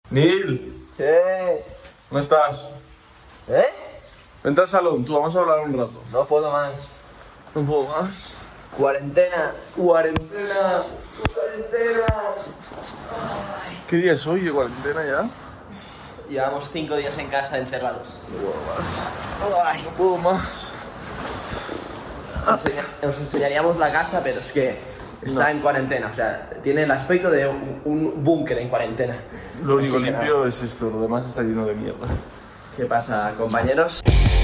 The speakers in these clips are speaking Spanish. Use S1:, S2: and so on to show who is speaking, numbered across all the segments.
S1: Nil,
S2: Sí.
S1: ¿cómo estás?
S2: ¿Eh?
S1: Vente al salón, tú, vamos a hablar un rato.
S2: No puedo más.
S1: ¿No puedo más?
S2: Cuarentena.
S1: ¿Qué día es hoy de cuarentena ya?
S2: Llevamos 5 días en casa encerrados.
S1: No puedo más.
S2: Os enseñaríamos la casa, pero es que está en cuarentena. O sea, tiene el aspecto de un búnker en cuarentena.
S1: Lo único
S2: Así que
S1: limpio
S2: nada.
S1: es esto, lo demás está lleno de mierda.
S2: ¿Qué pasa, compañeros?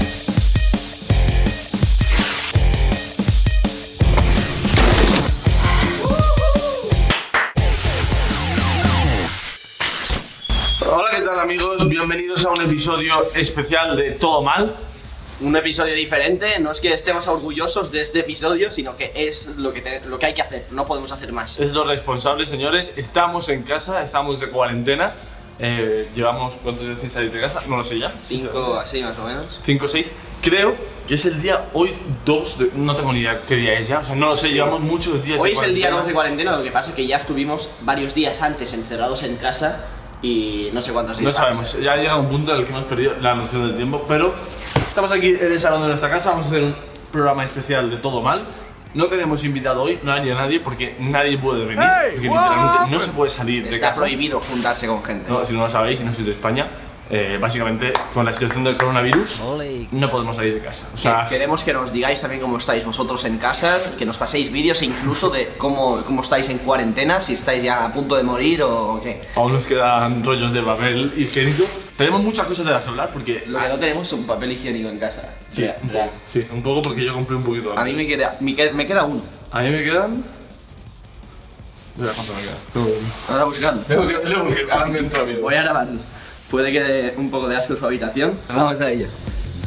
S1: Hola, ¿qué tal, amigos? Bienvenidos a un episodio especial de Todo Mal.
S2: Un episodio diferente, no es que estemos orgullosos de este episodio, sino que es lo que hay que hacer, no podemos hacer más.
S1: Es lo responsable, señores. Estamos en casa, estamos de cuarentena. Llevamos, ¿cuántos días sin salir de casa? No lo sé ya.
S2: 5 así más o menos.
S1: 5 o 6. Creo que es el día hoy 2 de... No tengo ni idea qué día es ya. O sea, no lo sé, llevamos muchos días
S2: Hoy
S1: de
S2: es el día
S1: cuarentena.
S2: 2 de cuarentena, lo que pasa es que ya estuvimos varios días antes encerrados en casa y no sé cuántos días.
S1: No sabemos, ya ha llegado un punto en el que hemos perdido la noción del tiempo, pero estamos aquí en el salón de nuestra casa, vamos a hacer un programa especial de Todo Mal. No tenemos invitado hoy, no hay a nadie porque nadie puede venir, porque literalmente no se puede salir de
S2: Está
S1: casa.
S2: prohibido juntarse con gente.
S1: No, si no lo sabéis, si no sois de España, básicamente con la situación del coronavirus no podemos salir de casa. O sea,
S2: Queremos que nos digáis también cómo estáis vosotros en casa, que nos paséis vídeos incluso de cómo estáis en cuarentena, si estáis ya a punto de morir o qué.
S1: aún nos quedan rollos de papel higiénico. Tenemos muchas cosas de las que hablar porque...
S2: Lo que no tenemos es un papel higiénico en casa.
S1: Sí,
S2: Real,
S1: un
S2: real.
S1: poco, sí, un poco porque yo compré un poquito antes.
S2: A mí me queda uno.
S1: A mí me quedan... Mira cuánto me queda.
S2: Ahora buscando.
S1: Tengo que verlo porque ahora me entra miedo.
S2: Voy a grabarlo. Puede que dé un poco de asco su habitación. Vamos a ello.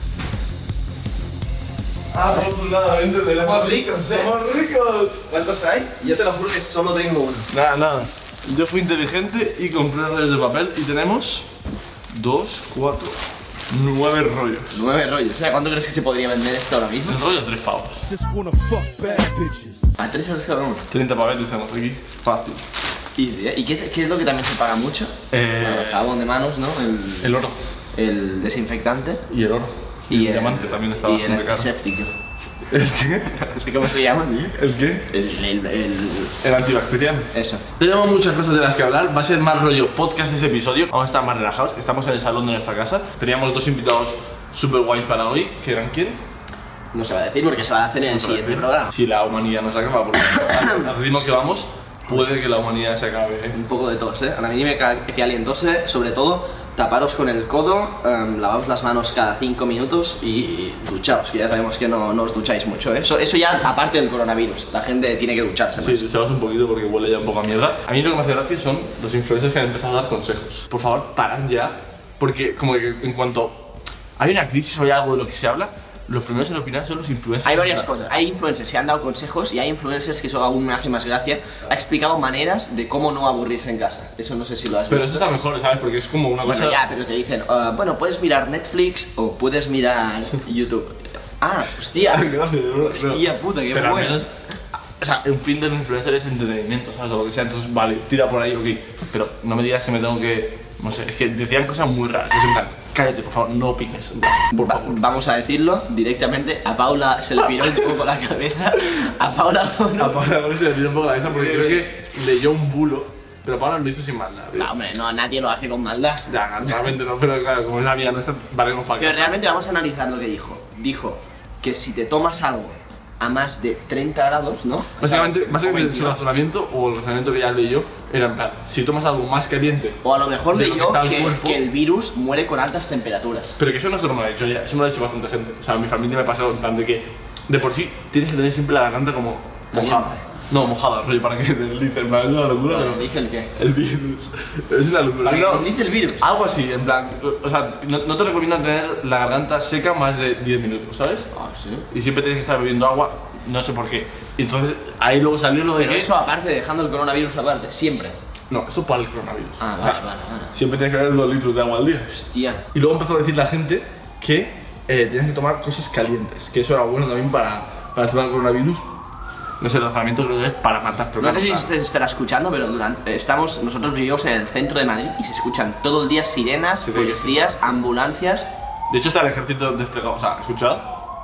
S1: Afortunadamente tenemos...
S2: Somos ricos,
S1: ¡Somos ricos!
S2: ¿Cuántos hay? Yo te lo juro que solo tengo uno.
S1: Nada, nada. Yo fui inteligente y compré rollos de papel y tenemos 2, 4, 9 rollos.
S2: 9 rollos. O sea, ¿cuánto crees que se podría vender esto ahora mismo?
S1: El rollo 3 pavos.
S3: Just wanna fuck bad bitches.
S2: A 3 euros cada uno.
S1: 30 paveles tenemos aquí. Fácil.
S2: ¿Y qué es lo que también se paga mucho? El jabón de manos, ¿no?
S1: El oro.
S2: El desinfectante.
S1: Y el oro. Y el diamante también está
S2: y
S1: bastante
S2: el
S1: caro.
S2: antiséptico.
S1: ¿El qué?
S2: No sé cómo se llama, tío.
S1: ¿El qué? El antibacteriano.
S2: Eso.
S1: Tenemos muchas cosas de las que hablar, va a ser más rollo podcast ese episodio, vamos a estar más relajados, estamos en el salón de nuestra casa, teníamos 2 invitados super guays para hoy, que eran ¿quién?
S2: No se va a decir porque se va a hacer en el siguiente programa.
S1: Si la humanidad nos acaba, porque al ritmo que vamos, puede que la humanidad se acabe.
S2: Un poco de tos, ¿eh? A mí me que alguien tose, sobre todo, taparos con el codo, lavaos las manos cada 5 minutos y duchaos, que ya sabemos que no os ducháis mucho, ¿eh? Eso ya aparte del coronavirus, la gente tiene que ducharse más.
S1: Sí, duchaos un poquito porque huele ya un poco a mierda. A mí lo que me hace gracia son los influencers que han empezado a dar consejos. Por favor, parad ya, porque como que en cuanto hay una crisis o hay algo de lo que se habla, los primeros en opinar son los influencers.
S2: Hay varias cosas, hay influencers que han dado consejos y hay influencers que eso aún me hace más gracia, ha explicado maneras de cómo no aburrirse en casa. Eso no sé si lo has
S1: Pero
S2: visto.
S1: esto está mejor, ¿sabes? Porque es como una cosa...
S2: Bueno, ya, pero te dicen, bueno, puedes mirar Netflix o puedes mirar YouTube. Ah, hostia.
S1: Gracias, bro.
S2: Hostia puta, qué
S1: Pero al
S2: bueno.
S1: menos, o sea, un fin del influencer es entretenimiento, ¿sabes? O lo que sea, entonces, vale, tira por ahí, ok. Pero no me digas que me tengo que... No sé, es que decían cosas muy raras. Es en plan, cállate, por favor, no opines. Por favor.
S2: Vamos a decirlo directamente, a Paula se le piró un poco la cabeza. A Paula no.
S1: A Paula se le pidió un poco la cabeza porque creo que leyó un bulo. Pero Paula lo hizo sin maldad, tío.
S2: No, hombre, no, nadie lo hace con maldad.
S1: Ya, realmente no, pero claro, como es la amiga nuestra, valemos para
S2: Pero
S1: casa.
S2: realmente vamos a analizar lo que dijo. Dijo que si te tomas algo a más de 30 grados, ¿no?
S1: Básicamente su
S2: 22.
S1: razonamiento o el razonamiento que ya leí yo era en plan, si tomas algo más caliente.
S2: O a lo mejor
S1: de lo que
S2: leyó
S1: está el
S2: que,
S1: cuerpo.
S2: que el virus muere con altas temperaturas.
S1: Pero que eso no es normal, eso me lo ha dicho bastante gente. O sea, mi familia me pasó en plan de que de por sí tienes que tener siempre la garganta como mojada.
S2: Caliente.
S1: No, mojada, rollo, para que te deslice, en plan, es una locura. pero
S2: Dije el qué.
S1: el virus, es una locura.
S2: Para que
S1: No,
S2: dice el virus.
S1: algo así, en plan, o sea, no te recomiendo tener la garganta seca más de 10 minutos, ¿sabes?
S2: Ah, sí.
S1: Y siempre tienes que estar bebiendo agua, no sé por qué. Y entonces ahí luego salió lo de
S2: Pero
S1: que...
S2: eso aparte, dejando el coronavirus aparte, siempre.
S1: No, esto para el coronavirus.
S2: Ah,
S1: O sea,
S2: vale.
S1: siempre tienes que beber 2 litros de agua al día.
S2: Hostia.
S1: Y luego empezó a decir la gente que tienes que tomar cosas calientes, que eso era bueno también para el tema del coronavirus. No sé, el razonamiento creo que es para matar, pero
S2: No sé
S1: claro,
S2: si se estará escuchando, pero nosotros vivimos en el centro de Madrid y se escuchan todo el día sirenas,
S1: Sí,
S2: policías, ambulancias.
S1: De hecho está el ejército desplegado, o sea, ¿escuchad?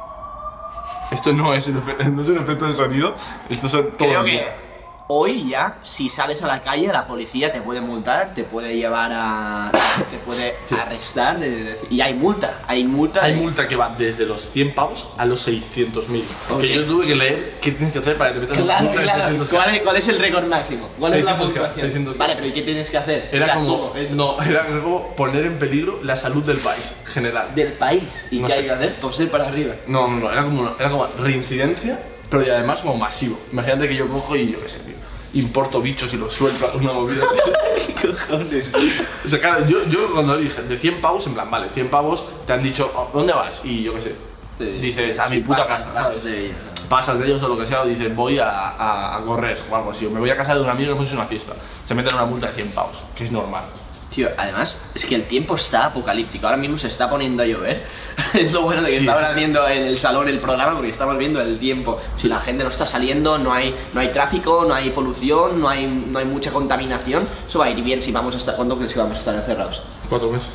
S1: Esto no es un efecto de sonido, estos son todos
S2: Creo
S1: los
S2: que
S1: días.
S2: hoy ya, si sales a la calle, la policía te puede multar, te puede llevar a... te puede arrestar, y hay multa. Hay
S1: multa que va desde los 100 pavos a los 600.000.
S2: Ok.
S1: Que yo tuve que leer qué tienes que hacer para que te metan
S2: Claro,
S1: multa de
S2: claro.
S1: 600K.
S2: ¿Cuál es el récord máximo? ¿Cuál es la
S1: 600K,
S2: puntuación?
S1: 600K.
S2: Vale, pero ¿y qué tienes que hacer?
S1: Era
S2: O sea,
S1: como,
S2: todo, es
S1: no, era como poner en peligro la salud del país general.
S2: del país. ¿Y
S1: No
S2: qué
S1: sé.
S2: hay que hacer? Toser para arriba.
S1: No, era como reincidencia, pero y además como masivo. Imagínate que yo cojo y yo qué sé, tío, importo bichos y los suelto a una movida.
S2: ¿Qué cojones?
S1: O sea, claro, yo cuando dije de 100 pavos, en plan, vale, 100 pavos te han dicho, "Oh, ¿dónde vas?" Y yo qué sé, dices, a mi puta casa.
S2: Pasas
S1: ¿sabes?
S2: de ella.
S1: Pasas de ellos o lo que sea, o dices, voy a correr o algo así, o me voy a casa de un amigo y me una fiesta. Se meten una multa de 100 pavos, que es normal.
S2: Tío, además, es que el tiempo está apocalíptico. Ahora mismo se está poniendo a llover. Es lo bueno de que
S1: Sí.
S2: estamos viendo en el salón el programa, porque estamos viendo el tiempo. Si la gente no está saliendo, no hay tráfico, no hay polución, no hay mucha contaminación. Eso va a ir bien si vamos a estar... ¿Cuánto crees que vamos a estar encerrados?
S1: 4 meses.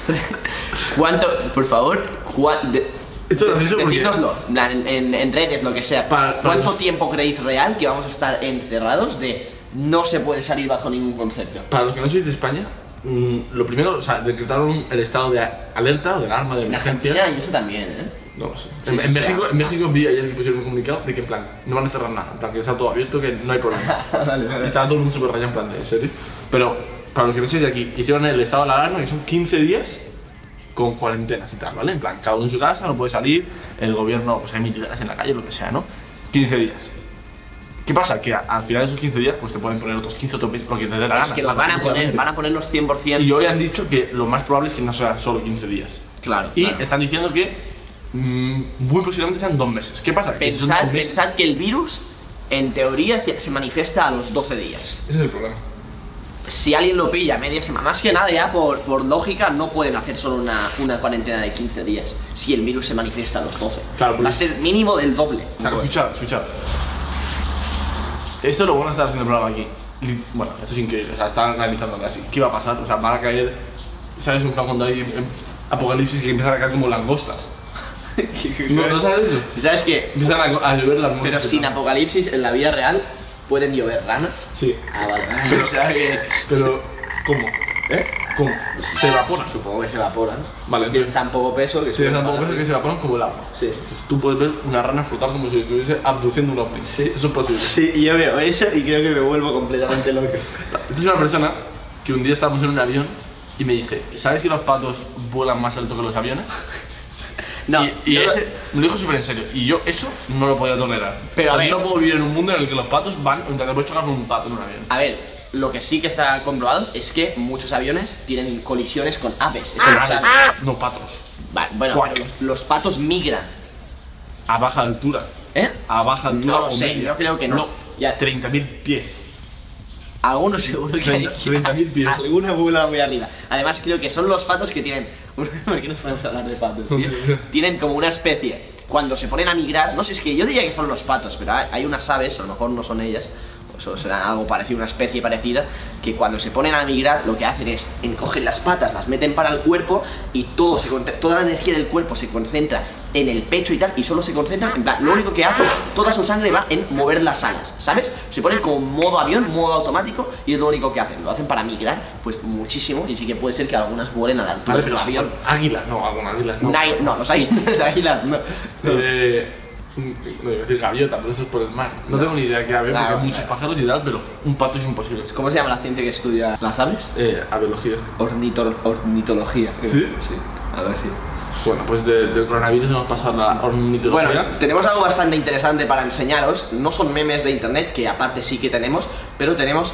S2: ¿Cuánto? Por favor,
S1: Esto es gracioso porque-
S2: decídnoslo, en redes, lo que sea.
S1: Para
S2: ¿Cuánto
S1: los-
S2: tiempo creéis real que vamos a estar encerrados de no se puede salir bajo ningún concepto?
S1: Para los que no sois de España, lo primero, o sea, decretaron el estado de alerta o de alarma de
S2: En
S1: emergencia.
S2: Argentina y eso también, ¿eh?
S1: No lo sé.
S2: Sí,
S1: En,
S2: sí,
S1: en
S2: sí.
S1: México vi ayer que pusieron un comunicado de que en plan, no van a cerrar nada, en plan que está todo abierto, que no hay problema. Y estaba todo el mundo súper rayado en plan de, ¿en serio? Pero para los que no sois de aquí, hicieron el estado de alarma que son 15 días con cuarentenas y tal, ¿vale? En plan, cada uno en su casa, no puede salir, el gobierno, pues hay militares en la calle, lo que sea, ¿no? 15 días. ¿Qué pasa? Que al final de esos 15 días, pues te pueden poner otros 15 otros 20, lo que te dé la gana.
S2: Es que los van a poner los 100%.
S1: Y hoy han dicho que lo más probable es que no sean solo 15 días.
S2: Claro,
S1: Y
S2: claro.
S1: están diciendo que muy posiblemente sean 2 meses. ¿Qué pasa? Que si son 2 meses-
S2: Pensad que el virus, en teoría, se manifiesta a los 12 días.
S1: Ese es el problema.
S2: Si alguien lo pilla a media semana, más que nada ya por lógica, no pueden hacer solo una cuarentena de 15 días. Si el virus se manifiesta a los 12.
S1: Claro,
S2: Va a
S1: porque-
S2: ser mínimo del doble.
S1: Claro, escuchad. Esto es lo bueno de estar haciendo el programa aquí. Bueno, esto es increíble, o sea, están analizando casi. ¿Qué va a pasar? O sea, van a caer, ¿sabes? Un plan cuando hay apocalipsis que empiezan a caer como langostas. ¿No sabes eso?
S2: ¿Sabes qué?
S1: Empiezan a llover langostas.
S2: Pero
S1: y
S2: sin
S1: tal.
S2: apocalipsis, en la vida real, ¿pueden llover ranas?
S1: Sí.
S2: Ah, vale.
S1: Pero-
S2: O sea que...
S1: Pero, ¿cómo?
S2: ¿Eh?
S1: ¿Cómo? Se evaporan.
S2: Supongo que se evaporan.
S1: Vale,
S2: Tienen
S1: entonces-
S2: tan poco peso que
S1: Sí, tampoco veces que se evaporan como el agua.
S2: Sí.
S1: Entonces tú puedes ver una rana flotar como si estuviese abduciendo un ovni. Sí. Eso es posible.
S2: Sí, yo veo eso y creo que me vuelvo completamente loco.
S1: Esta es una persona que un día estábamos en un avión y me dice, ¿sabes que los patos vuelan más alto que los aviones?
S2: No,
S1: y
S2: yo-
S1: ese me lo dijo súper en serio. Y yo eso no lo podía tolerar.
S2: Pero
S1: o sea,
S2: a ver-
S1: yo no puedo vivir en un mundo en el que los patos van, o sea, te puedes chocar con un pato en un avión.
S2: A ver, lo que sí que está comprobado es que muchos aviones tienen colisiones con aves. Eso
S1: Son
S2: lo
S1: aves,
S2: sabes.
S1: no patos.
S2: Bueno,
S1: ¿Cuál?
S2: pero los patos migran.
S1: A baja altura.
S2: ¿Eh?
S1: A baja altura.
S2: No lo
S1: o
S2: sé,
S1: media.
S2: yo creo que no. Ya.
S1: 30.000 pies.
S2: Algunos seguro que hay.
S1: 30.000 pies.
S2: Alguna vuelan muy arriba. Además, creo que son los patos que tienen. ¿Por qué nos podemos hablar de patos, tío? Tienen como una especie. Cuando se ponen a migrar, no sé, es que yo diría que son los patos, pero hay unas aves, a lo mejor no son ellas, o serán algo parecido, una especie parecida, que cuando se ponen a migrar lo que hacen es encogen las patas, las meten para el cuerpo y toda la energía del cuerpo se concentra en el pecho y tal, y solo se concentra, en plan, lo único que hace, toda su sangre va en mover las alas, ¿sabes? Se ponen como modo avión, modo automático, y es lo único que hacen. Lo hacen para migrar, pues muchísimo, y sí que puede ser que algunas vuelen a la altura
S1: Vale,
S2: del
S1: pero
S2: avión.
S1: águilas, no, algunas águilas no.
S2: No, los águilas no.
S1: No iba a decir gaviota, pero eso es por el mar. No tengo ni idea qué ave, porque
S2: Claro,
S1: hay muchos
S2: claro.
S1: pájaros y tal, pero un pato es imposible.
S2: ¿Cómo se llama la ciencia que estudia las aves?
S1: Aviología.
S2: Ornitología. creo.
S1: ¿Sí?
S2: Sí, a ver si.
S1: Bueno, pues del coronavirus hemos pasado a la ornitología.
S2: Bueno, tenemos algo bastante interesante para enseñaros. No son memes de internet, que aparte sí que tenemos, pero tenemos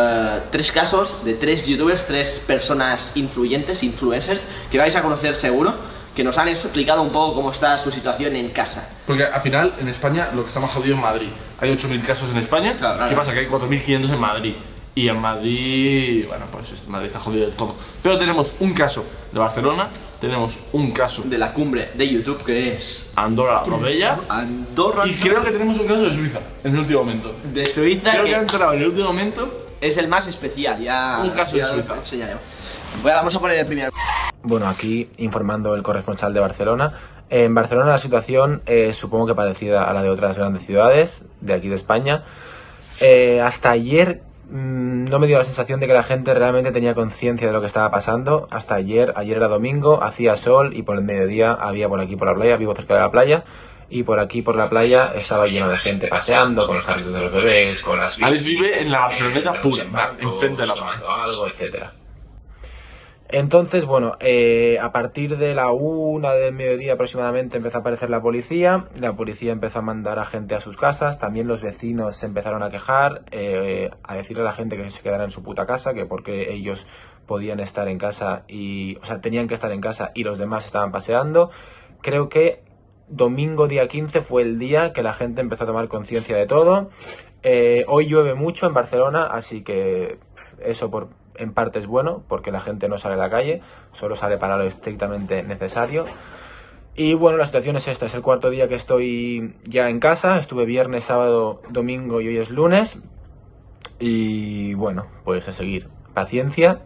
S2: 3 casos de 3 youtubers, 3 personas influencers, que vais a conocer seguro, que nos han explicado un poco cómo está su situación en casa.
S1: Porque al final, en España, lo que está más jodido es Madrid. Hay 8.000 casos en España.
S2: Claro, claro.
S1: ¿Qué pasa? Que hay 4.500 en Madrid. Y en Madrid, bueno, pues Madrid está jodido de todo. Pero tenemos un caso de Barcelona, tenemos un caso
S2: De la cumbre de YouTube que es
S1: Andorra la Bella.
S2: Andorra.
S1: Y creo que tenemos un caso de Suiza en el último momento.
S2: De Suiza,
S1: Creo que
S2: que
S1: ha entrado en el último momento.
S2: es el más especial. Ya,
S1: Un caso
S2: ya
S1: de Suiza.
S2: lo enseñaremos. Vamos a poner el primero.
S4: Bueno, aquí informando el corresponsal de Barcelona. En Barcelona la situación supongo que parecida a la de otras grandes ciudades de aquí de España. Hasta ayer no me dio la sensación de que la gente realmente tenía conciencia de lo que estaba pasando. Hasta ayer era domingo, hacía sol y por el mediodía había por aquí por la playa, vivo cerca de la playa, y por aquí por la playa estaba lleno de gente paseando, con los carritos de los bebés, con las
S1: Alex vive en la Barceloneta pura, enfrente de la playa.
S4: algo, etcétera. Entonces, bueno, a partir de la 1 del mediodía aproximadamente empezó a aparecer la policía empezó a mandar a gente a sus casas, también los vecinos se empezaron a quejar, a decirle a la gente que se quedara en su puta casa, que porque ellos podían estar en casa tenían que estar en casa y los demás estaban paseando. Creo que domingo día 15 fue el día que la gente empezó a tomar conciencia de todo. Hoy llueve mucho en Barcelona, así que eso en parte es bueno, porque la gente no sale a la calle, solo sale para lo estrictamente necesario. Y bueno, la situación es esta, es el cuarto día que estoy ya en casa, estuve viernes, sábado, domingo y hoy es lunes. Y bueno, pues a seguir, paciencia,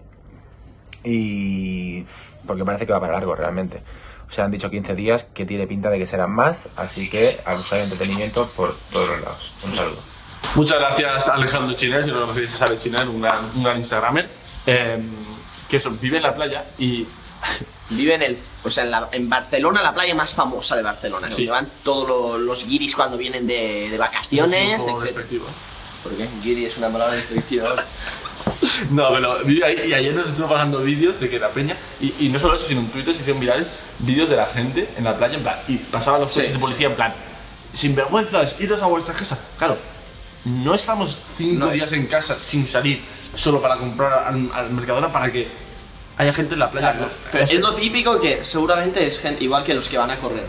S4: y porque parece que va para largo realmente. O sea, han dicho 15 días, que tiene pinta de que serán más, así que a buscar entretenimiento por todos los lados. Un saludo.
S1: Muchas gracias Alejandro Chiner, si no lo conocéis, es Alex Chiner, un gran instagramer, que eso, vive en la playa y...
S2: Vive en Barcelona, la playa más famosa de Barcelona,
S1: Sí.
S2: donde van todos los guiris cuando vienen de vacaciones,
S1: Es un poco
S2: etc.
S1: despectivo.
S2: ¿Por qué? Guiri es una palabra despectiva.
S1: No, pero vive ahí y ayer nos estuvo pasando vídeos de que la peña, y no solo eso, sino en Twitter se hicieron virales vídeos de la gente en la playa, en plan, y pasaban los coches
S2: Sí,
S1: de policía en plan, sinvergüenzas, iros a vuestra casa. Claro, no estamos 5
S2: No.
S1: días en casa sin salir solo para comprar al Mercadona para que haya gente en la playa.
S2: Claro, pero es lo típico que seguramente es gente, igual que los que van a correr.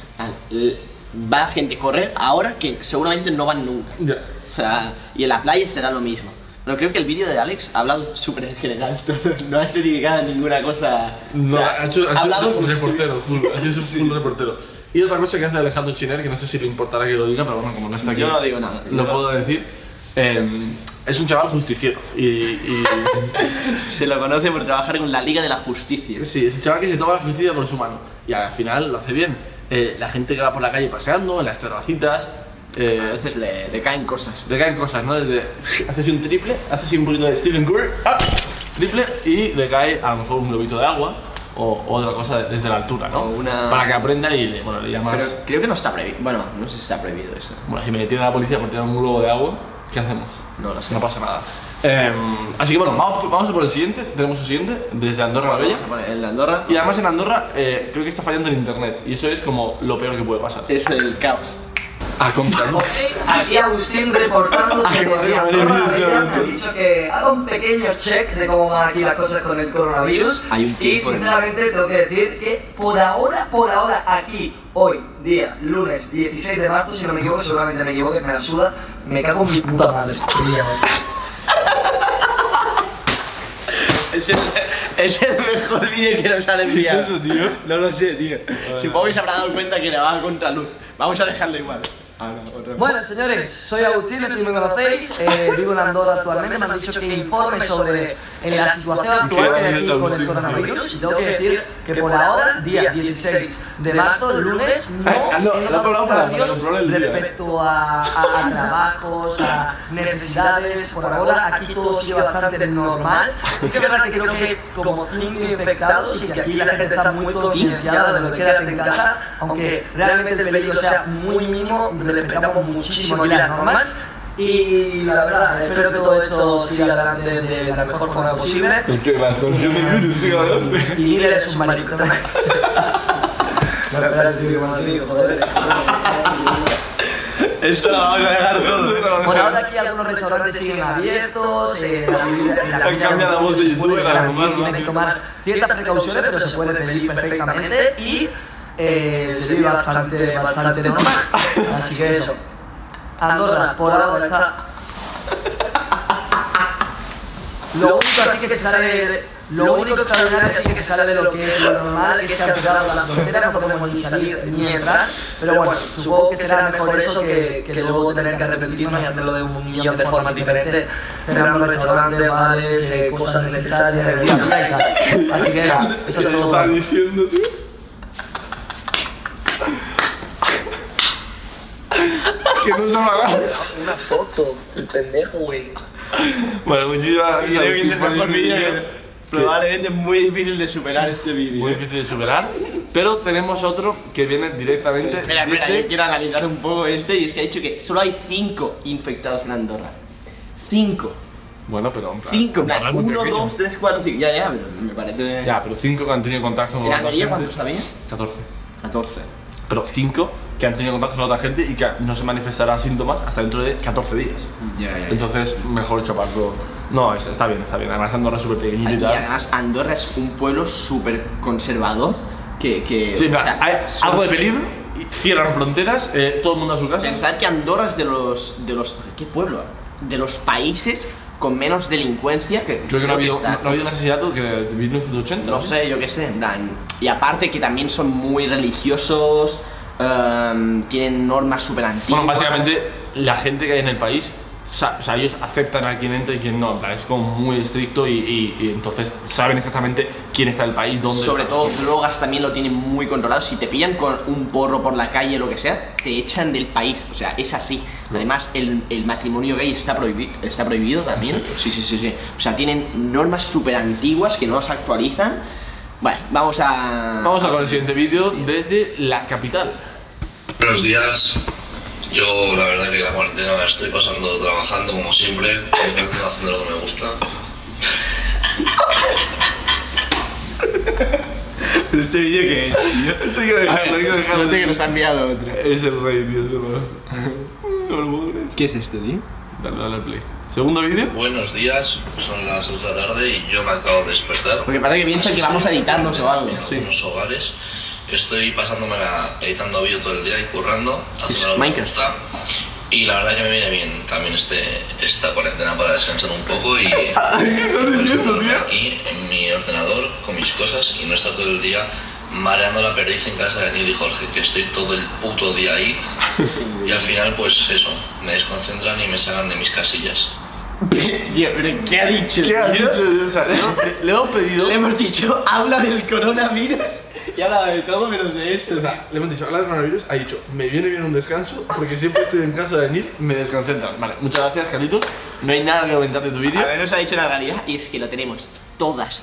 S2: Va gente a correr ahora que seguramente no van nunca.
S1: Ya.
S2: O sea, y en la playa será lo mismo. Pero creo que el vídeo de Alex ha hablado súper en general, no ha especificado ninguna cosa.
S1: No,
S2: o sea,
S1: ha hecho
S2: hablado
S1: un
S2: como si
S1: reportero, ha sido un reportero. Y otra cosa que hace Alejandro Chiner, que no sé si le importará que lo diga, pero bueno, como no está aquí,
S2: Yo no digo nada.
S1: lo puedo decir. Es un chaval justiciero y
S2: Se lo conoce por trabajar con la Liga de la Justicia.
S1: sí, es un chaval que se toma la justicia por su mano y al final lo hace bien. La gente que va por la calle paseando, en las terracitas,
S2: A veces le caen cosas.
S1: le caen cosas, ¿no? Desde haces un triple, haces un poquito de Stephen Curry, triple, y le cae a lo mejor un globito de agua o otra cosa desde la altura, ¿no?
S2: O una-
S1: Para que aprenda y le llamas...
S2: Pero creo que no está prohibido. Bueno, no sé si está prohibido eso.
S1: Bueno, si me detiene la policía por tirar un globo de agua, ¿qué hacemos?
S2: No lo sé.
S1: No pasa nada. Así que bueno, vamos a por el siguiente. Tenemos el siguiente, desde Andorra la Bella.
S2: Vamos a poner el de Andorra.
S1: Y además en Andorra creo que está fallando el internet. Y eso es como lo peor que puede pasar.
S2: Es el caos.
S1: A comprar.
S5: Aquí Agustín reportándose
S1: Ay,
S5: de
S1: madre mía,
S5: Andorra la
S1: madre mía,
S5: Bella.
S1: madre
S5: Me ha
S1: mía.
S5: dicho que haga un pequeño check de cómo van aquí las cosas con el coronavirus.
S2: Hay un
S5: Y
S2: tiempo en-
S5: sinceramente tengo que decir que por ahora, aquí, hoy, día, lunes 16 de marzo, si no me equivoco, seguramente me equivoque, me la suda, me cago en mi puta madre.
S2: Es el mejor vídeo que nos han enviado.
S1: ¿Qué es eso, tío?
S2: No lo sé, tío. Supongo que se habrá dado cuenta que le va a contraluz. Vamos a dejarlo igual.
S5: Bueno, señores, soy Agustín, no sé si me conocéis, vivo en Andorra actualmente, me han dicho que informe sobre la situación actual que hay aquí con el coronavirus y tengo que decir que por ahora, día 16 de marzo, lunes, no
S1: No,
S5: he
S1: lo he
S5: notado
S1: colado para
S5: cambios
S1: controlar el día,
S5: respecto a trabajos, a necesidades, por ahora aquí todo sigue bastante normal. Sí que es verdad que creo que hay como 5 infectados y que aquí la gente está muy concienciada de lo que quédate en casa, aunque realmente el peligro sea muy mínimo, respetamos muchísimo aquí las normas y la verdad, espero que todo esto siga adelante de la mejor forma posible.
S1: Es que la expansión del virus sigue adelante.
S5: Y Miguel es un marito.
S1: Esto lo vamos a dejar todo.
S5: Por ahora aquí algunos restaurantes siguen abiertos,
S1: Han cambiado la voz de YouTube, la normal,
S5: tiene que tomar ciertas precauciones, pero se puede pedir perfectamente y se vive bastante normal. Así que eso. Andorra, por ahora está. Lo único así que se sale, lo único extraordinario así que se sale de lo que es lo normal es que han cerrado la frontera, no podemos ni salir ni entrar, pero bueno, supongo que será mejor eso que luego tener que arrepentirnos y hacerlo de 1.000.000 de formas diferentes, cerrando restaurantes, bares, cosas necesarias del día a día y tal. Así que eso es todo.
S1: ¿Qué diciendo, tío? Que no se me haga.
S2: Una foto, el pendejo, güey.
S1: Bueno, muchísimas gracias.
S6: Creo que es el
S1: por
S6: mejor
S1: este
S6: vídeo
S1: vídeo.
S6: probablemente muy difícil de superar este vídeo.
S1: Muy difícil de superar, pero tenemos otro que viene directamente
S2: Espera,
S1: desde-
S2: yo quiero analizar un poco este y es que ha dicho que solo hay 5 infectados en Andorra. 5.
S1: Bueno, pero en plan,
S2: 5, en plan,
S1: Andorra es muy
S2: 1,
S1: pequeño.
S2: 2, 3, 4, 5. Ya, pero me parece.
S1: Ya, pero 5 que han tenido contacto con
S2: ¿En
S1: otra
S2: Almería
S1: gente.
S2: cuántos había?
S1: 14.
S2: 14.
S1: Pero 5 que han tenido contacto con otra gente y que no se manifestarán síntomas hasta dentro de 14 días.
S2: Ya.
S1: Entonces, mejor chaparlo. No, está bien, está bien. Además, Andorra es súper pequeñito y
S2: Y
S1: tal.
S2: además, Andorra es un pueblo súper conservador que.
S1: Sí,
S2: o
S1: mira,
S2: sea,
S1: hay
S2: son-
S1: algo de peligro, y cierran fronteras, todo el mundo a su casa.
S2: Pensad que Andorra es de los. ¿Qué pueblo? De los países con menos delincuencia que.
S1: Creo que no ha habido,
S2: está.
S1: no ha habido un asesinato que de 1980.
S2: No sé, yo qué sé, en plan. Y aparte que también son muy religiosos, tienen normas súper antiguas.
S1: Bueno, básicamente la gente que hay en el país, o sea, ellos aceptan a quien entra y quien no, en plan, es como muy estricto y entonces saben exactamente quién está en el país, dónde.
S2: Sobre todo drogas también lo tienen muy controlado. Si te pillan con un porro por la calle o lo que sea, te echan del país. O sea, es así. Además, el matrimonio gay está prohibido también. Sí. O sea, tienen normas súper antiguas que no las actualizan. Bueno, vamos a
S1: con el siguiente vídeo desde la capital.
S7: Buenos días. Yo la verdad que la cuarentena la estoy pasando trabajando como siempre, haciendo lo que me gusta.
S6: Pero este vídeo que es, tío.
S1: Hay que dejarlo, hay que dejarlo.
S6: Suerte que nos ha enviado otro.
S1: Es el rey, tío, no me lo puedo creer.
S6: ¿Qué es este, tío?
S1: Dale al play. Segundo vídeo.
S7: Buenos días, son las 2 de la tarde y yo me acabo de despertar.
S2: Porque pasa que piensan que vamos a editarnos o algo.
S7: En algunos hogares. Estoy pasándomela editando vídeo todo el día y currando, haciendo lo que me
S2: Minecraft.
S7: gusta. Y la verdad que me viene bien también esta cuarentena para descansar un poco y pues, ponerme aquí en mi ordenador con mis cosas y no estar todo el día mareando la perdiz en casa de Neil y Jorge, que estoy todo el puto día ahí y al final pues eso, me desconcentran y me sacan de mis casillas.
S2: Tío, pero ¿qué ha dicho?
S1: ¿Qué has
S2: tío?
S1: dicho? O sea, le hemos pedido.
S2: Le hemos dicho, habla del coronavirus y habla de todo menos de eso.
S1: O sea, le hemos dicho, habla de coronavirus, ha dicho, me viene bien un descanso porque siempre estoy en casa de Neil, me desconcentra. Vale, muchas gracias, Carlitos. No hay nada que comentar de tu vídeo.
S2: A ver, nos ha dicho la realidad y es que lo tenemos todas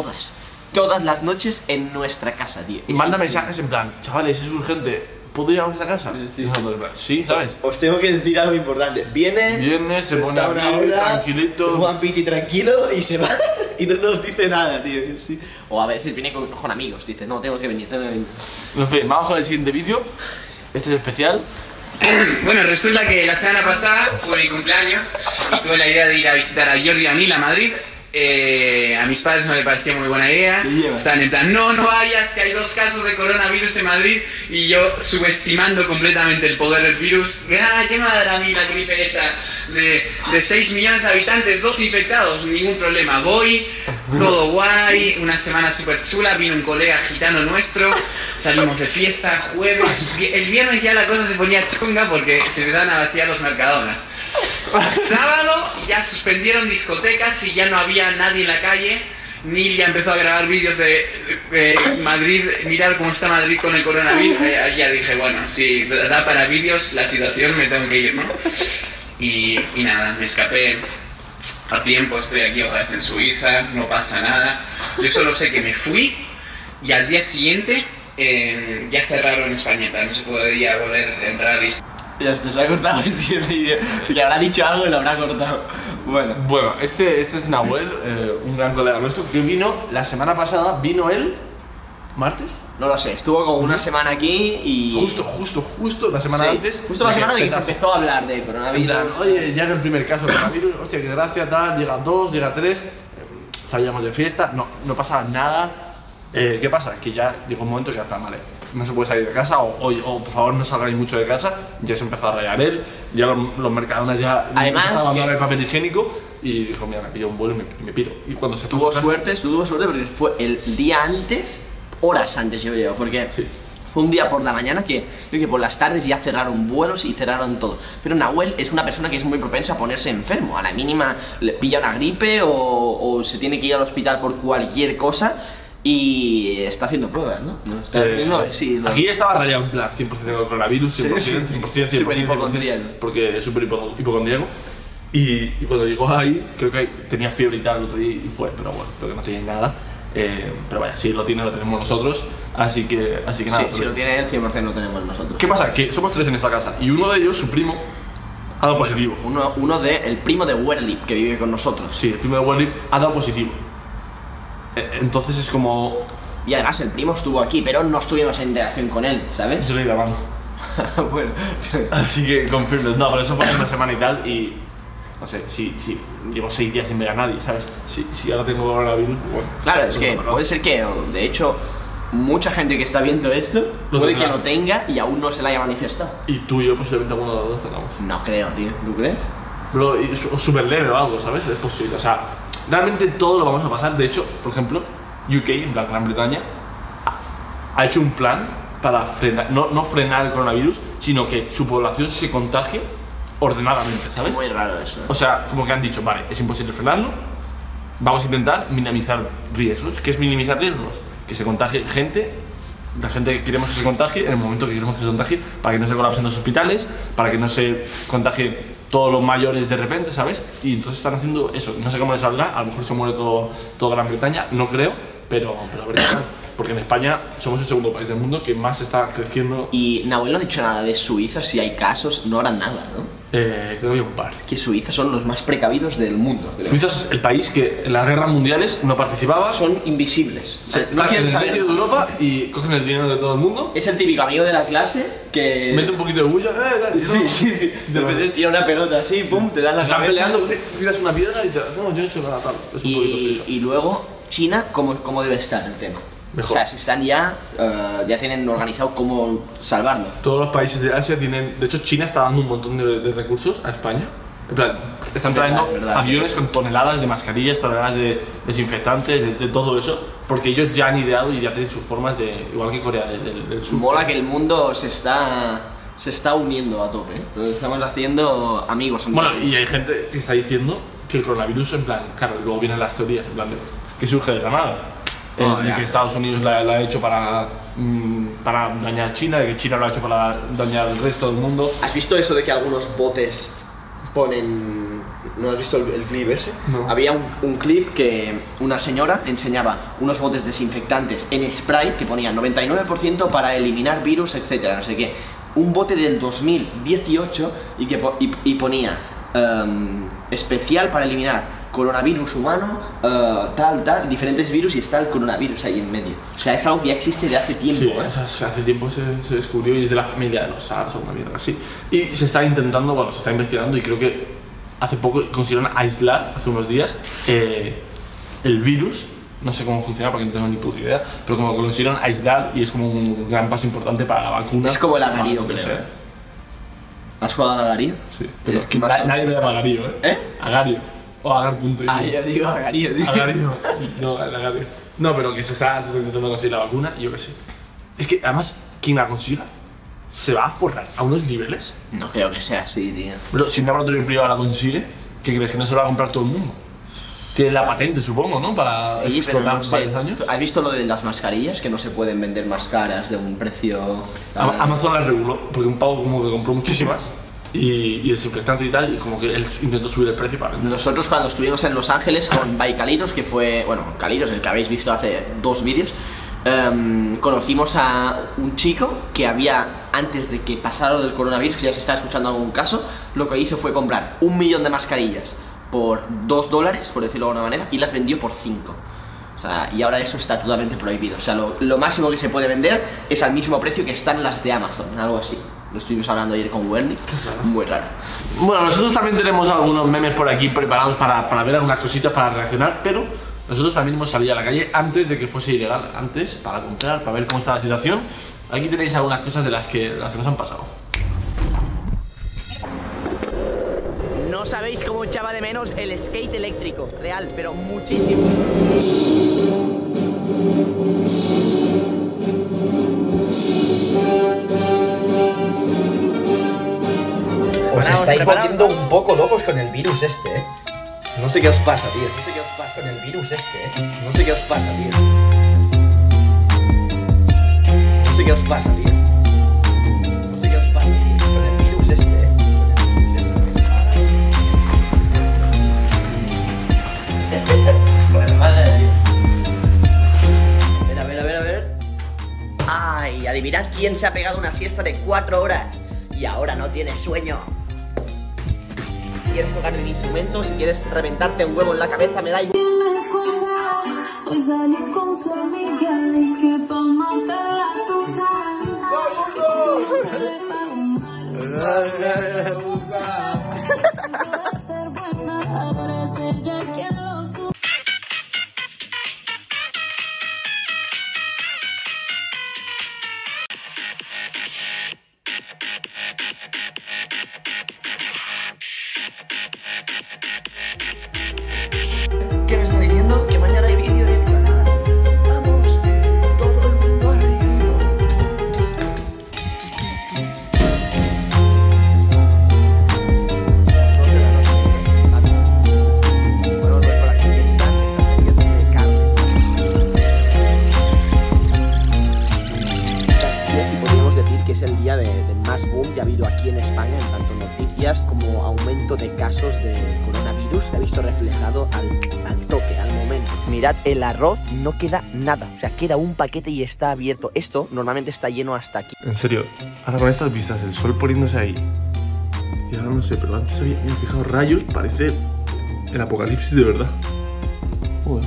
S2: las noches en nuestra casa, tío. Es
S1: Manda
S2: increíble.
S1: mensajes en plan, chavales, es urgente, ¿puedo ir a vuestra casa?
S6: Sí.
S1: No, pero en plan, sí, ¿sabes?
S6: Os tengo que decir algo importante. Viene,
S1: Se pone
S6: está una
S1: aquí,
S6: hora,
S1: tranquilito.
S6: Juan Piti tranquilo y se va y no nos dice nada, tío. Sí.
S2: O a veces viene con amigos, dice, no, tengo que venir.
S1: En fin, vamos con el siguiente vídeo. Este es especial.
S8: Bueno, resulta que la semana pasada fue mi cumpleaños y tuve la idea de ir a visitar a Jordi y a Mil a Madrid. A mis padres no les pareció muy buena idea. Estaban en plan, no vayas, que hay 2 casos de coronavirus en Madrid. Y yo subestimando completamente el poder del virus. ¿Qué me va a dar a mí la gripe esa? De 6 millones de habitantes, 2 infectados, ningún problema. Voy, todo guay, una semana súper chula. Vino un colega gitano nuestro, salimos de fiesta, jueves. El viernes ya la cosa se ponía chunga porque se empezaban a vaciar los mercadonas. Sábado ya suspendieron discotecas y ya no había nadie en la calle. Neil ya empezó a grabar vídeos de Madrid, mirad cómo está Madrid con el coronavirus. Ya dije, bueno, si da para vídeos la situación me tengo que ir, ¿no? Y nada, me escapé a tiempo, estoy aquí otra vez en Suiza, no pasa nada. Yo solo sé que me fui y al día siguiente ya cerraron España, no se podía volver a entrar y...
S6: Ya está, se ha cortado ese vídeo. Le habrá dicho algo y lo habrá cortado.
S1: Bueno, este es Nahuel, un gran colega nuestro, que vino la semana pasada, vino él, ¿martes?
S2: No lo sé, estuvo como una semana aquí y...
S1: Justo la semana
S2: Sí,
S1: antes.
S2: justo la semana de que se
S1: empezase.
S2: empezó a hablar de
S1: En plan,
S2: coronavirus.
S1: oye, llega el primer caso de coronavirus, hostia, qué gracia, tal, llega 2, llega 3, salíamos de fiesta, no pasaba nada. ¿Qué pasa? Que ya llegó un momento que ya está, vale, no se puede salir de casa o por favor no salgáis mucho de casa. Ya se empezó a rayar él, ya los mercadones ya
S2: Además,
S1: empezaban a
S2: que-
S1: dar el papel higiénico y dijo, mira, me pilló un vuelo y me pido. Y cuando se
S2: Tuvo
S1: puso
S2: suerte porque fue el día antes, horas antes yo creo, porque
S1: Sí.
S2: fue un día por la mañana que creo que por las tardes ya cerraron vuelos y cerraron todo. Pero Nahuel es una persona que es muy propensa a ponerse enfermo, a la mínima le pilla una gripe o se tiene que ir al hospital por cualquier cosa y está haciendo pruebas, ¿no? No, está haciendo- sí, lo-
S1: Aquí ya estaba rayado en plan 100% de coronavirus, 100%, 100%, 100%,
S2: Súper hipocondríaco.
S1: porque es súper hipocondríaco. Y cuando llegó ahí, creo que tenía fiebre y tal el otro día y fue, pero bueno, creo que no tenía nada. Pero vaya, si lo tiene, lo tenemos nosotros, así que nada.
S2: Sí,
S1: pero-
S2: si lo tiene él, 100% lo tenemos nosotros.
S1: ¿Qué pasa? Que somos 3 en esta casa y uno de ellos, su primo, ha dado positivo.
S2: El primo de Werlip que vive con nosotros.
S1: Sí, el primo de Werlip ha dado positivo. Entonces es como...
S2: Y además el primo estuvo aquí, pero no estuvimos en interacción con él, ¿sabes?
S1: Yo le mano.
S2: Bueno,
S1: Así que confirmo. No, pero eso fue hace una semana y tal y... No sé, si llevo 6 días sin ver a nadie, ¿sabes? Si ahora tengo coronavirus, bueno...
S2: claro, es que
S1: bueno,
S2: puede ser que, de hecho, mucha gente que está viendo esto
S1: Lo
S2: puede que
S1: tendrá.
S2: lo tenga y aún no se la haya manifestado.
S1: Y tú y yo posiblemente alguno de los dos tengamos.
S2: No creo, tío, ¿tú crees?
S1: Pero súper leve o algo, ¿sabes? Es posible, o sea... Realmente todo lo vamos a pasar. De hecho, por ejemplo, UK, en plan Gran Bretaña, ha hecho un plan para frenar... No frenar el coronavirus, sino que su población se contagie ordenadamente, ¿sabes?
S2: Es muy raro eso.
S1: O sea, como que han dicho, vale, es imposible frenarlo, vamos a intentar minimizar riesgos. ¿Qué es minimizar riesgos? Que se contagie gente, la gente que queremos que se contagie, en el momento que queremos que se contagie, para que no se colapsen los hospitales, para que no se contagie todos los mayores de repente, ¿sabes? Y entonces están haciendo eso, no sé cómo les saldrá, a lo mejor se muere todo Gran Bretaña, no creo, pero a ver qué tal. Porque en España somos el segundo país del mundo que más está creciendo.
S2: Y Nahuel no ha dicho nada de Suiza, si hay casos, no harán nada, ¿no?
S1: Creo que hay un par.
S2: Que Suiza son los más precavidos del mundo, creo.
S1: Suiza es el país que en las guerras mundiales no participaba.
S2: Son invisibles.
S1: Se
S2: No
S1: están en
S2: quieren
S1: el
S2: saber
S1: medio de
S2: nada.
S1: Europa y cogen el dinero de todo el mundo,
S2: Es el típico amigo de la clase que...
S1: mete un poquito de bulla,
S2: Sí. De repente tira una pelota así, pum, te dan la
S1: están
S2: cabeza.
S1: peleando, tiras una piedra y te no, yo he hecho nada tal. Es un poquito suizo.
S2: Y luego, China, ¿cómo debe estar el tema?
S1: Mejor.
S2: O sea, si están ya tienen organizado cómo salvarlo.
S1: Todos los países de Asia tienen, de hecho China está dando un montón de recursos a España. En plan, están trayendo
S2: Es verdad.
S1: aviones con toneladas de mascarillas, toneladas de desinfectantes, de todo eso, porque ellos ya han ideado y ya tienen sus formas de, igual que Corea del Sur.
S2: Mola que el mundo se está uniendo a tope, ¿eh? Lo estamos haciendo amigos.
S1: Bueno, y hay gente que está diciendo que el coronavirus, en plan, claro, luego vienen las teorías, en plan, que surge de la nada. De
S2: ya.
S1: que Estados Unidos la ha hecho para dañar China, de que China lo ha hecho para dañar el resto del mundo.
S2: ¿Has visto eso de que algunos botes ponen... ¿No has visto el clip ese?
S1: No.
S2: Había un clip que una señora enseñaba unos botes desinfectantes en spray que ponían 99% para eliminar virus, etcétera, no sé qué. Un bote del 2018 y ponía especial para eliminar coronavirus humano, tal, diferentes virus y está el coronavirus ahí en medio. O sea, es algo que ya existe de hace tiempo,
S1: Sí,
S2: ¿eh?
S1: o sea, hace tiempo se descubrió y es de la familia de los SARS o una mierda así. Y se está intentando, bueno, se está investigando y creo que hace poco consiguieron aislar, hace unos días, el virus. No sé cómo funciona porque no tengo ni puta idea, pero como que lo consiguieron aislar y es como un gran paso importante para la vacuna.
S2: Es como el agarío,
S1: Bueno,
S2: creo, ¿eh? ¿Has jugado al agarío?
S1: Sí, pero
S2: ¿Qué pasa?
S1: nadie le llama agarío, ¿eh?
S2: ¿Eh?
S1: Agario. O agar.io.
S2: Ah, yo digo agarío, tío.
S1: Agario. No, el agario. No, pero que se está intentando conseguir la vacuna y yo qué sé. Es que además, quien la consiga se va a forrar a unos niveles.
S2: No creo que sea así, tío.
S1: Pero si un laboratorio privado la consigue, ¿qué crees que no se lo va a comprar todo el mundo? Tiene la patente, supongo, ¿no? Para
S2: Sí, pero
S1: explotar
S2: no sé.
S1: varios años.
S2: ¿Has visto lo de las mascarillas? Que no se pueden vender más caras de un precio...
S1: Amazon las reguló porque un pavo como que compró muchísimas y desinfectante y tal, y como que él intentó subir el precio para vender.
S2: Nosotros cuando estuvimos en Los Ángeles con Baikalitos, que fue, bueno, Calitos, el que habéis visto hace 2 vídeos, conocimos a un chico que había, antes de que pasara lo del coronavirus, que ya se estaba escuchando algún caso, lo que hizo fue comprar 1 millón de mascarillas por $2, por decirlo de alguna manera, y las vendió por 5. O sea, y ahora eso está totalmente prohibido. O sea, lo máximo que se puede vender es al mismo precio que están las de Amazon, algo así. Lo estuvimos hablando ayer con Wernick, muy raro.
S1: Bueno, nosotros también tenemos algunos memes por aquí preparados para ver algunas cositas, para reaccionar, pero nosotros también hemos salido a la calle antes de que fuese ilegal, antes, para comprar, para ver cómo está la situación. Aquí tenéis algunas cosas de las que nos han pasado.
S2: No sabéis cómo echaba de menos el skate eléctrico. Real, pero muchísimo.
S9: Os estáis volviendo un poco locos con el virus este, ¿eh?
S2: No sé qué os pasa, tío.
S9: No sé qué os pasa con el virus este, ¿eh? No sé qué os pasa, tío. No sé qué os pasa, tío. No sé qué os pasa, tío. Con el virus este, ¿eh? Con el virus este. Bueno, madre de Dios.
S2: A ver. Ay, adivinad quién se ha pegado una siesta de 4 horas y ahora no tiene sueño. ¿Quieres tocar el instrumento? Si quieres reventarte un huevo en la cabeza, me da igual.
S10: Hoy salí con su amiga, dice que pa' matarla tú sabes. Le pago mal. De ser buena, ahora es ella quien lo sube.
S2: ¿Qué me está diciendo? Que mañana hay vídeo en el canal. Vamos, todo el mundo arriba. Bueno, por aquí están ferias de carne. Y podríamos decir que es el día de más boom que ha habido aquí en España, en tanto noticias como aumento de casos de coronavirus. Se ha visto reflejado al toque, al momento. Mirad, el arroz no queda nada, o sea, queda un paquete y está abierto. Esto normalmente está lleno hasta aquí.
S1: En serio, ahora con estas vistas, el sol poniéndose ahí. Y ahora no sé, pero antes había fijado rayos, parece el apocalipsis de verdad. Joder.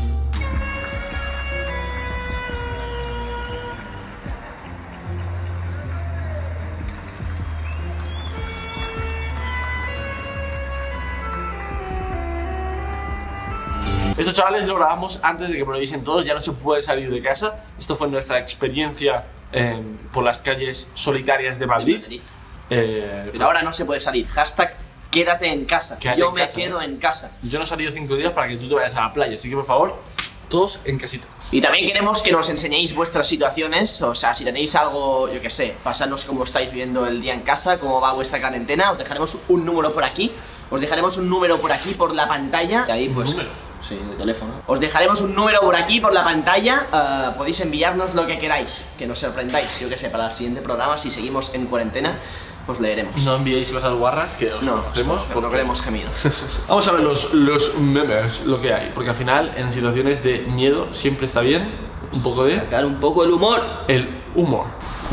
S1: Estos chavales lo grabamos antes de que me lo dicen todos, ya no se puede salir de casa. Esto fue nuestra experiencia por las calles solitarias de Madrid.
S2: Pero ahora no se puede salir. Hashtag quédate en casa. Yo me quedo en casa.
S1: Yo no he salido 5 días para que tú te vayas a la playa, así que por favor, todos en casita.
S2: Y también queremos que nos enseñéis vuestras situaciones, o sea, si tenéis algo, yo qué sé, pasadnos cómo estáis viviendo el día en casa, cómo va vuestra cuarentena. Os dejaremos un número por aquí, os dejaremos un número por aquí por la pantalla. Y ahí pues...
S1: ¿Un número?
S2: Sí, de teléfono. Os dejaremos un número por aquí por la pantalla, podéis enviarnos lo que queráis, que nos sorprendáis, yo qué sé, para el siguiente programa, si seguimos en cuarentena, pues leeremos.
S1: No enviéis cosas guarras que os conocemos.
S2: No queremos gemidos.
S1: Vamos a ver los memes, lo que hay, porque al final en situaciones de miedo siempre está bien un poco de...
S2: sacar un poco el humor.
S1: El humor.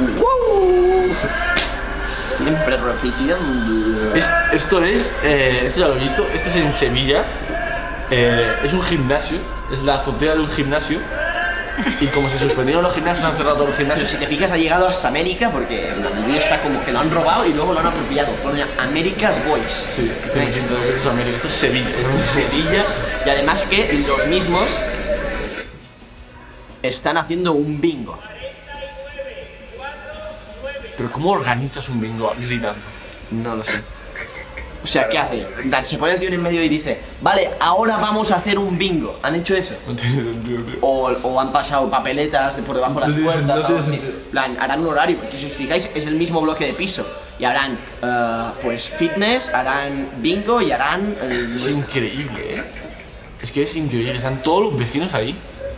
S2: Siempre repitiendo.
S1: Esto ya lo he visto, esto es en Sevilla. Es un gimnasio, es la azotea de un gimnasio. Y como se sorprendieron los gimnasios, han cerrado todos los gimnasios.
S2: Si te fijas, ha llegado hasta América porque el vídeo está como que lo han robado y luego lo han apropiado. Pone America's Boys.
S1: Sí, esto es América, esto es Sevilla.
S2: Esto es Sevilla. Y además que los mismos están haciendo un bingo.
S1: Pero ¿cómo organizas un bingo gritando?
S2: No lo sé. O sea, ¿qué hace? Se pone el tío en medio y dice, vale, ahora vamos a hacer un bingo. ¿Han hecho eso?
S1: No tiene sentido, tío.
S2: O han pasado papeletas por debajo de las puertas o algo así. Plan, harán un horario, porque si os fijáis es el mismo bloque de piso. Y harán, pues, fitness, harán bingo y harán...
S1: Es increíble, ¿eh? Es que es increíble, están todos los vecinos ahí.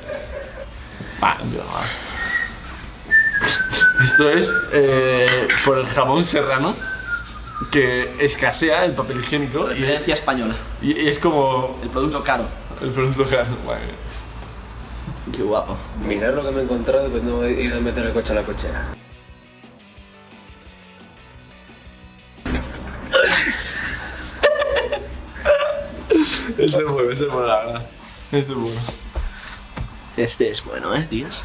S1: Esto es por el jamón serrano, que escasea el papel higiénico.
S2: Referencia española.
S1: Y es como...
S2: el producto caro.
S1: El producto caro, madre mía.
S2: Qué guapo.
S11: Mirad lo que me he encontrado cuando he ido a meter el coche a la cochera.
S1: Este es bueno, la verdad. Este es bueno.
S2: Este es bueno, tíos.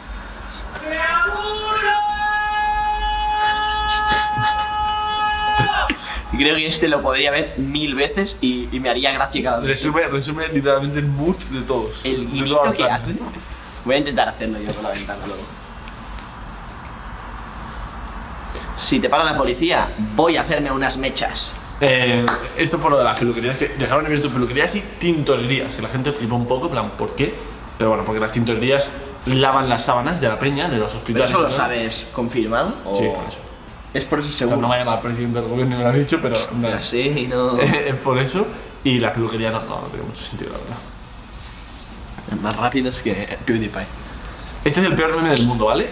S2: Creo que este lo podría ver 1000 veces y me haría gracia cada vez.
S1: Resume literalmente el mood de todos.
S2: El guiñito que hace. Voy a intentar hacerlo yo con la ventana luego. Si te para la policía, voy a hacerme unas mechas.
S1: Esto por lo de las peluquerías, que dejaron abierto peluquerías y tintorerías, que la gente flipa un poco, en plan, ¿por qué? Pero bueno, porque las tintorerías lavan las sábanas de la peña, de los
S2: ¿Pero
S1: hospitales.
S2: eso lo sabes confirmado?
S1: Sí,
S2: o-
S1: por eso.
S2: Es por eso
S1: O sea,
S2: seguro.
S1: no me ha llamado el presidente del gobierno ni me lo ha dicho, pero no.
S2: Ya sé, y no.
S1: Es por eso. Y la peluquería no tiene mucho sentido, la verdad.
S2: Más rápidos que PewDiePie.
S1: Este es el peor meme del mundo, ¿vale?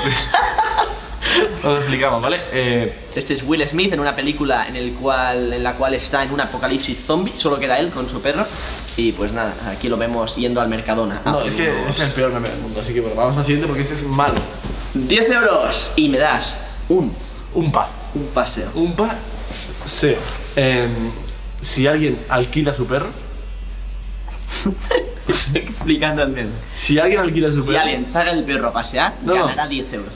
S1: Lo explicamos, ¿vale?
S2: Este es Will Smith en una película en la cual está en un apocalipsis zombie, solo queda él con su perro. Y pues nada, aquí lo vemos yendo al Mercadona.
S1: No, es que es el peor meme del mundo, así que bueno, vamos al siguiente porque este es malo.
S2: 10 euros y me das un paseo.
S1: Un paseo. Si alguien alquila su perro.
S2: Explicando al menos.
S1: Si alguien alquila su
S2: Si
S1: perro.
S2: alguien saca el perro a pasear,
S1: No, no.
S2: ganará 10 euros.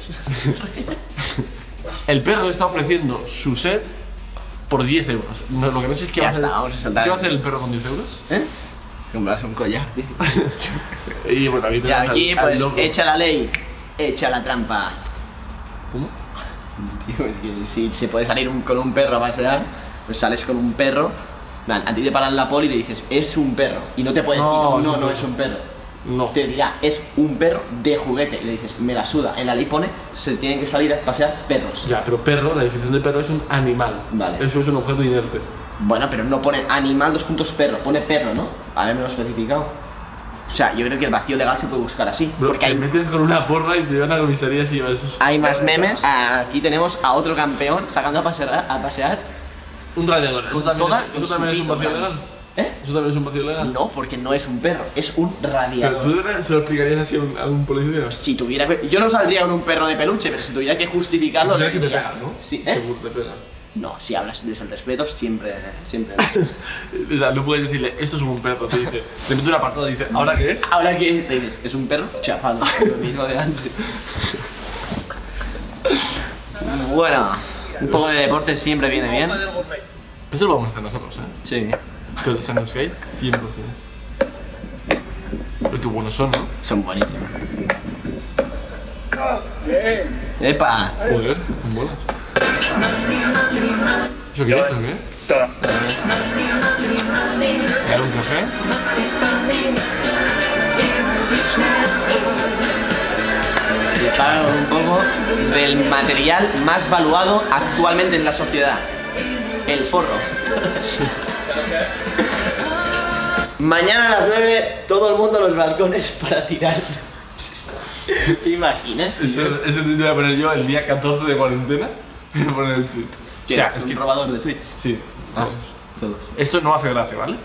S1: El perro está ofreciendo su ser por 10 euros. No, lo que no sé es qué
S2: Ya
S1: va a hacer.
S2: está, vamos a saltar.
S1: ¿Qué va a hacer el perro con 10 euros?
S2: ¿Eh? Comprarse un collar, tío.
S1: Y bueno, también
S2: Y
S1: tenemos
S2: aquí,
S1: al
S2: pues,
S1: loco.
S2: echa la ley, echa la trampa.
S1: ¿Cómo?
S2: Tío, es que si se puede salir con un perro a pasear, pues sales con un perro. Man, a ti te paran la poli y le dices, es un perro. Y no te puede
S1: No,
S2: decir,
S1: es un
S2: no
S1: perro.
S2: es un perro.
S1: No.
S2: Te dirá, es un perro de juguete. Y le dices, me la suda. En la ley pone, se tienen que salir a pasear perros.
S1: Ya, pero perro, la definición de perro es un animal.
S2: Vale.
S1: Eso es un objeto inerte.
S2: Bueno, pero no pone animal, perro. Pone perro, ¿no? Haberme especificado. O sea, yo creo que el vacío legal se puede buscar así.
S1: Bro,
S2: Porque
S1: te
S2: hay
S1: meten con una porra y te llevan a la comisaría si vas.
S2: Hay más memes. Aquí tenemos a otro campeón sacando a pasear.
S1: Un radiador. ¿Eso también,
S2: toda
S1: eso también es un vacío legal?
S2: ¿Eh?
S1: ¿Eso también es un vacío legal?
S2: No, porque no es un perro, es un
S1: Pero
S2: radiador.
S1: tú se lo explicarías así a un policía.
S2: Si tuviera que... Yo no saldría con un perro de peluche, pero si tuviera que justificarlo...
S1: Sabes que te
S2: diría.
S1: pegan, ¿no?
S2: Sí, ¿eh?
S1: Seguro te pegan.
S2: No, si hablas de el respeto, siempre...
S1: O sea, no puedes decirle, esto es un perro. Te dice, te mete un apartado y dice, ¿ahora qué es?
S2: Ahora que le dices, ¿es un perro? Chafado, lo mismo de antes. Bueno, un poco de deporte siempre viene bien.
S1: Esto lo vamos a hacer nosotros, ¿eh?
S2: Sí.
S1: Pero Sun Skate, 100%. Pero qué buenos son, ¿no?
S2: Son buenísimos. ¡Epa!
S1: Joder, son buenos. ¿Eso qué es? ¿Eso qué? ¿Era un café?
S2: Y hablar un poco del material más valuado actualmente en la sociedad. El forro. Mañana a las 9, todo el mundo a los balcones para tirar. ¿Te imaginas?
S1: Ese te voy a poner yo el día 14 de cuarentena. Voy a poner el tweet.
S2: O sea, es un robador de tweets.
S1: Sí,
S2: Ah,
S1: todos. Esto no hace gracia, ¿vale?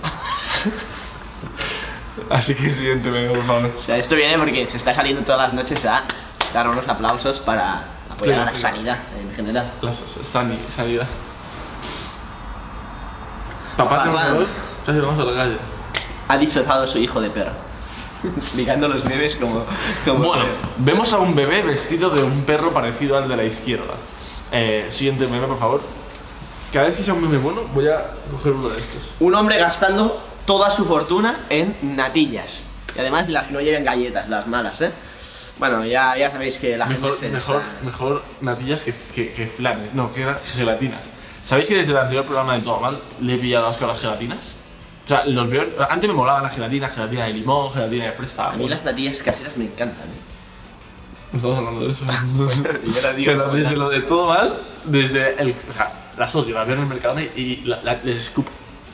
S1: Así que siguiente meme, por favor.
S2: O sea, esto viene porque se está saliendo todas las noches a dar unos aplausos para apoyar a la sanidad en general.
S1: La sanidad. Papá, tenemos casi vamos a la calle.
S2: Ha disfrazado a su hijo de perro. Explicando los memes como
S1: Bueno, vemos a un bebé vestido de un perro parecido al de la izquierda. Siguiente meme, por favor. Cada vez que sea un meme bueno, voy a coger uno de estos.
S2: un hombre gastando toda su fortuna en natillas. Y además de las que no lleven galletas, las malas, ¿eh? Bueno, ya sabéis que la gente se
S1: mejor natillas que flanes. No, que eran gelatinas. ¿Sabéis que desde el anterior programa de Todo Mal le he pillado asco a las gelatinas? O sea, los veo... Antes me molaban las gelatinas, gelatina de limón, gelatina de fresa.
S2: A mí las natillas caseras me encantan, ¿eh?
S1: No estamos hablando de eso.
S2: Y ahora digo,
S1: Pero desde lo de Todo Mal, desde el... O sea, las odio, las veo en el mercado y les escupo.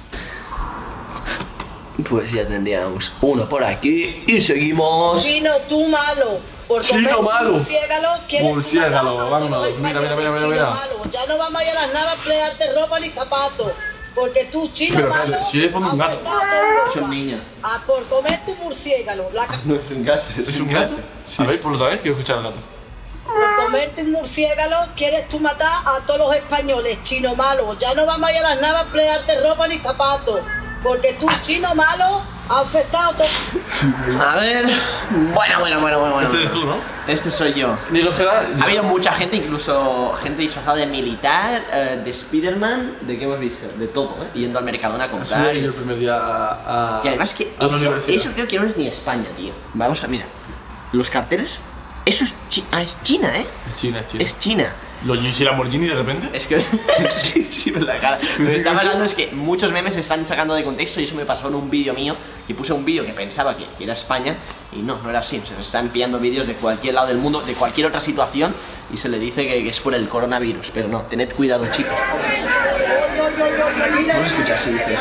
S2: Pues ya tendríamos uno por aquí y seguimos.
S12: Chino, tú malo. Por
S1: Chino
S12: comer
S1: malo.
S12: Murciégalo, ¿quieres
S1: Murciégalo,
S12: matar a
S1: vámonos.
S12: todos los
S1: Mira, mira, mira,
S12: españoles?
S1: mira,
S12: Chino
S1: mira.
S12: malo. Ya no vamos a ir a las navas a emplearte ropa ni zapatos. Porque tú, chino
S1: Pero,
S12: malo,
S1: espérate, si de fondo un gato.
S12: has afectado a toda Europa.
S2: Es un niño.
S12: A por comer tu murciégalo.
S2: No es un gato,
S1: ¿Es un gato? A ver, por otra vez quiero escuchar al gato.
S12: Por comerte un murciégalo, quieres tú matar a todos los españoles, chino malo. Ya no vamos a ir a las navas a emplearte ropa ni zapatos. Porque tú, chino malo, has afectado a todo.
S2: A ver. Bueno.
S1: Este eres tú, ¿no?
S2: Este soy yo.
S1: Ni lo será.
S2: Ha habido mucha gente, incluso gente disfrazada de militar, de Spiderman, de qué hemos visto, de todo, ¿eh? Yendo al Mercadona a comprar.
S1: Sí, yo el primer día a
S2: Y además que
S1: a la universidad.
S2: eso creo que no es ni España, tío. Vamos a, mira, los carteles Eso es, es China, ¿eh?
S1: Es China, es China.
S2: Es China.
S1: ¿Los Yeezy Lamborghini de repente?
S2: Es que... sí, me la cara. Lo que está pasando es que muchos memes se están sacando de contexto y eso me pasó en un vídeo mío y puse un vídeo que pensaba que era España y no era así. Se están pillando vídeos de cualquier lado del mundo, de cualquier otra situación y se le dice que es por el coronavirus. Pero no, tened cuidado, chicos. Vamos a escuchar si dice eso.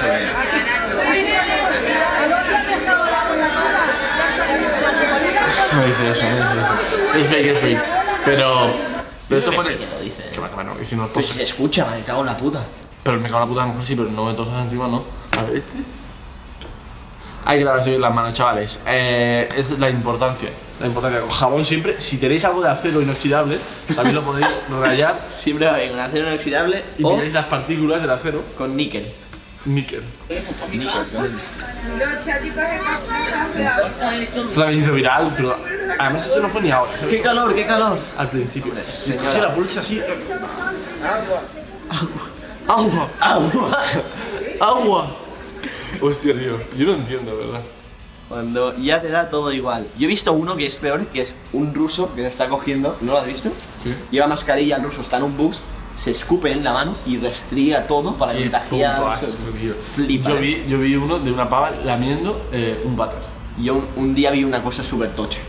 S1: No dice eso, no dice eso. Es fake. Pero esto pone...
S2: que lo dice.
S1: Que va, no, y si no
S2: Pues
S1: tose.
S2: se escucha, me cago en la puta.
S1: Pero me cago en la puta, a lo mejor sí, pero no me tosas encima, no. A ver, este. Hay que lavarse las manos, chavales. Es la importancia. La importancia. Con jabón siempre. Si tenéis algo de acero inoxidable, también lo podéis rayar.
S2: Siempre va bien con acero inoxidable
S1: Y
S2: o
S1: miráis las partículas del acero.
S2: con níquel.
S1: Níquel. Esto también se hizo viral, pero además esto no fue ni ahora. ¿Sabes?
S2: ¡Qué calor, qué calor!
S1: Al principio.
S2: Señora.
S1: Que la pulsa así. Agua. Hostia, tío. Yo no entiendo, ¿verdad?
S2: Cuando ya te da todo igual. Yo he visto uno que es peor, que es un ruso que se está cogiendo. ¿No lo has visto?
S1: Sí.
S2: Lleva mascarilla, el ruso está en un bus, se escupe en la mano y restriega todo para contagiar. Flipa.
S1: Yo vi uno de una pava lamiendo un váter.
S2: Yo un día vi una cosa súper tocha.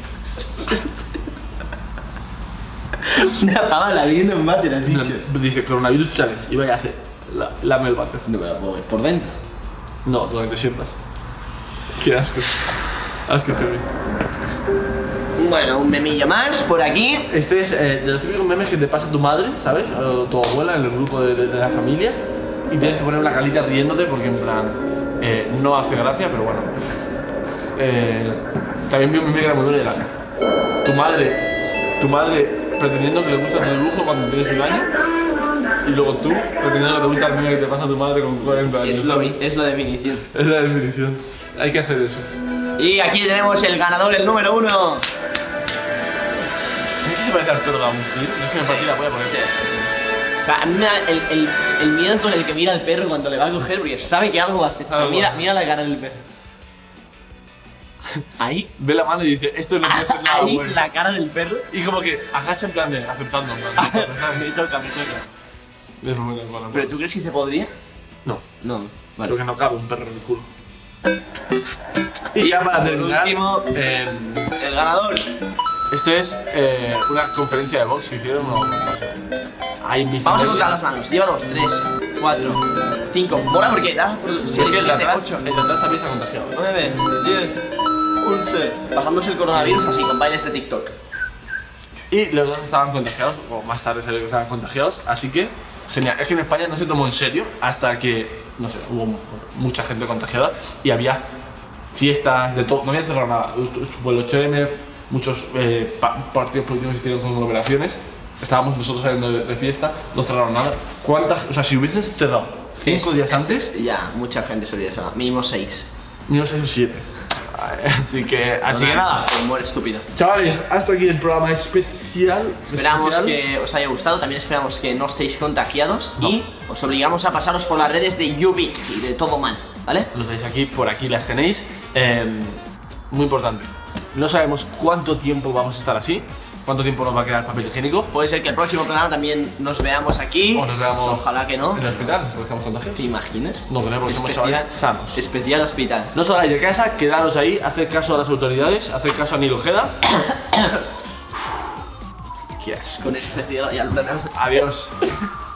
S2: Una pava lamiendo un váter, has dicho.
S1: Dice coronavirus challenge y vaya a hacer lame el váter.
S2: No me lo puedo ver por dentro.
S1: No, donde te sientas. Qué asco. Asco, Javi.
S2: Bueno, un memillo más por aquí.
S1: Este es de los típicos memes que te pasa tu madre, ¿sabes? O tu abuela en el grupo de la familia. Y tienes que poner una carita riéndote porque en plan no hace gracia, pero bueno. También vi un meme que era muy bueno de la... Tu madre pretendiendo que le gusta tu dibujo cuando tienes un año. Y luego tú pretendiendo que te gusta el meme que te pasa a tu madre con 40 años.
S2: Es la definición.
S1: Es la definición. Hay que hacer eso.
S2: Y aquí tenemos el ganador, el número 1.
S1: ¿Sabes que se parece al perro de Agustín? Es que me partí la polla por eso.
S2: A mí me da el miedo con el que mira al perro cuando le va a coger porque sabe que algo va a hacer. O sea, mira la cara del perro. Ahí.
S1: Ve la mano y dice, esto no puede ser nada
S2: ahí
S1: bueno.
S2: la cara del perro.
S1: Y como que agacha en plan de aceptando. En plan,
S2: me toca.
S1: Es muy bueno.
S2: ¿Pero tú crees que se podría?
S1: No.
S2: No, vale.
S1: Porque no cabe un perro en el culo. Y ya para terminar,
S2: último, el ganador.
S1: Esto es una conferencia de box que hicieron. Vamos
S2: a contar las manos. Lleva 2, 3, 4, 5. Mola porque da por 7, 8.
S1: El de atrás también está contagiado.
S2: 9, 10, 11. Pasándose el coronavirus así, con bailes de TikTok.
S1: Y los dos estaban contagiados, o más tarde se ve que estaban contagiados, así que genial. Es que en España no se tomó en serio hasta que, no sé, hubo mucha gente contagiada y había fiestas de todo, no había cerrado nada. Fue el 8M, muchos partidos políticos hicieron conglomeraciones, estábamos nosotros saliendo de fiesta, no cerraron nada. ¿Cuántas? O sea, si hubieses cerrado 5 días antes,
S2: ya, mucha gente se hubiera cerrado, mínimo 6.
S1: Mínimo 6 o 7. Así que nada,
S2: muere estúpido.
S1: Chavales, hasta aquí el programa especial.
S2: Esperamos que os haya gustado, también esperamos que no estéis contagiados y os obligamos a pasaros por las redes de Yubi y de Todo Mal, ¿vale?
S1: Lo tenéis aquí, por aquí las tenéis. Muy importante, no sabemos cuánto tiempo vamos a estar así, cuánto tiempo nos va a quedar el papel higiénico.
S2: Puede ser que el próximo programa también nos veamos aquí.
S1: O nos veamos,
S2: ojalá que no,
S1: en el hospital, porque estamos contagiados.
S2: ¿Te imaginas?
S1: No creo, porque somos chavales sanos.
S2: Especial hospital.
S1: No salgáis de casa, quedaros ahí, haced caso a las autoridades, haced caso a Nilo Ojeda. Qué asco.
S2: Con este cierre ya lo tenemos.
S1: Adiós.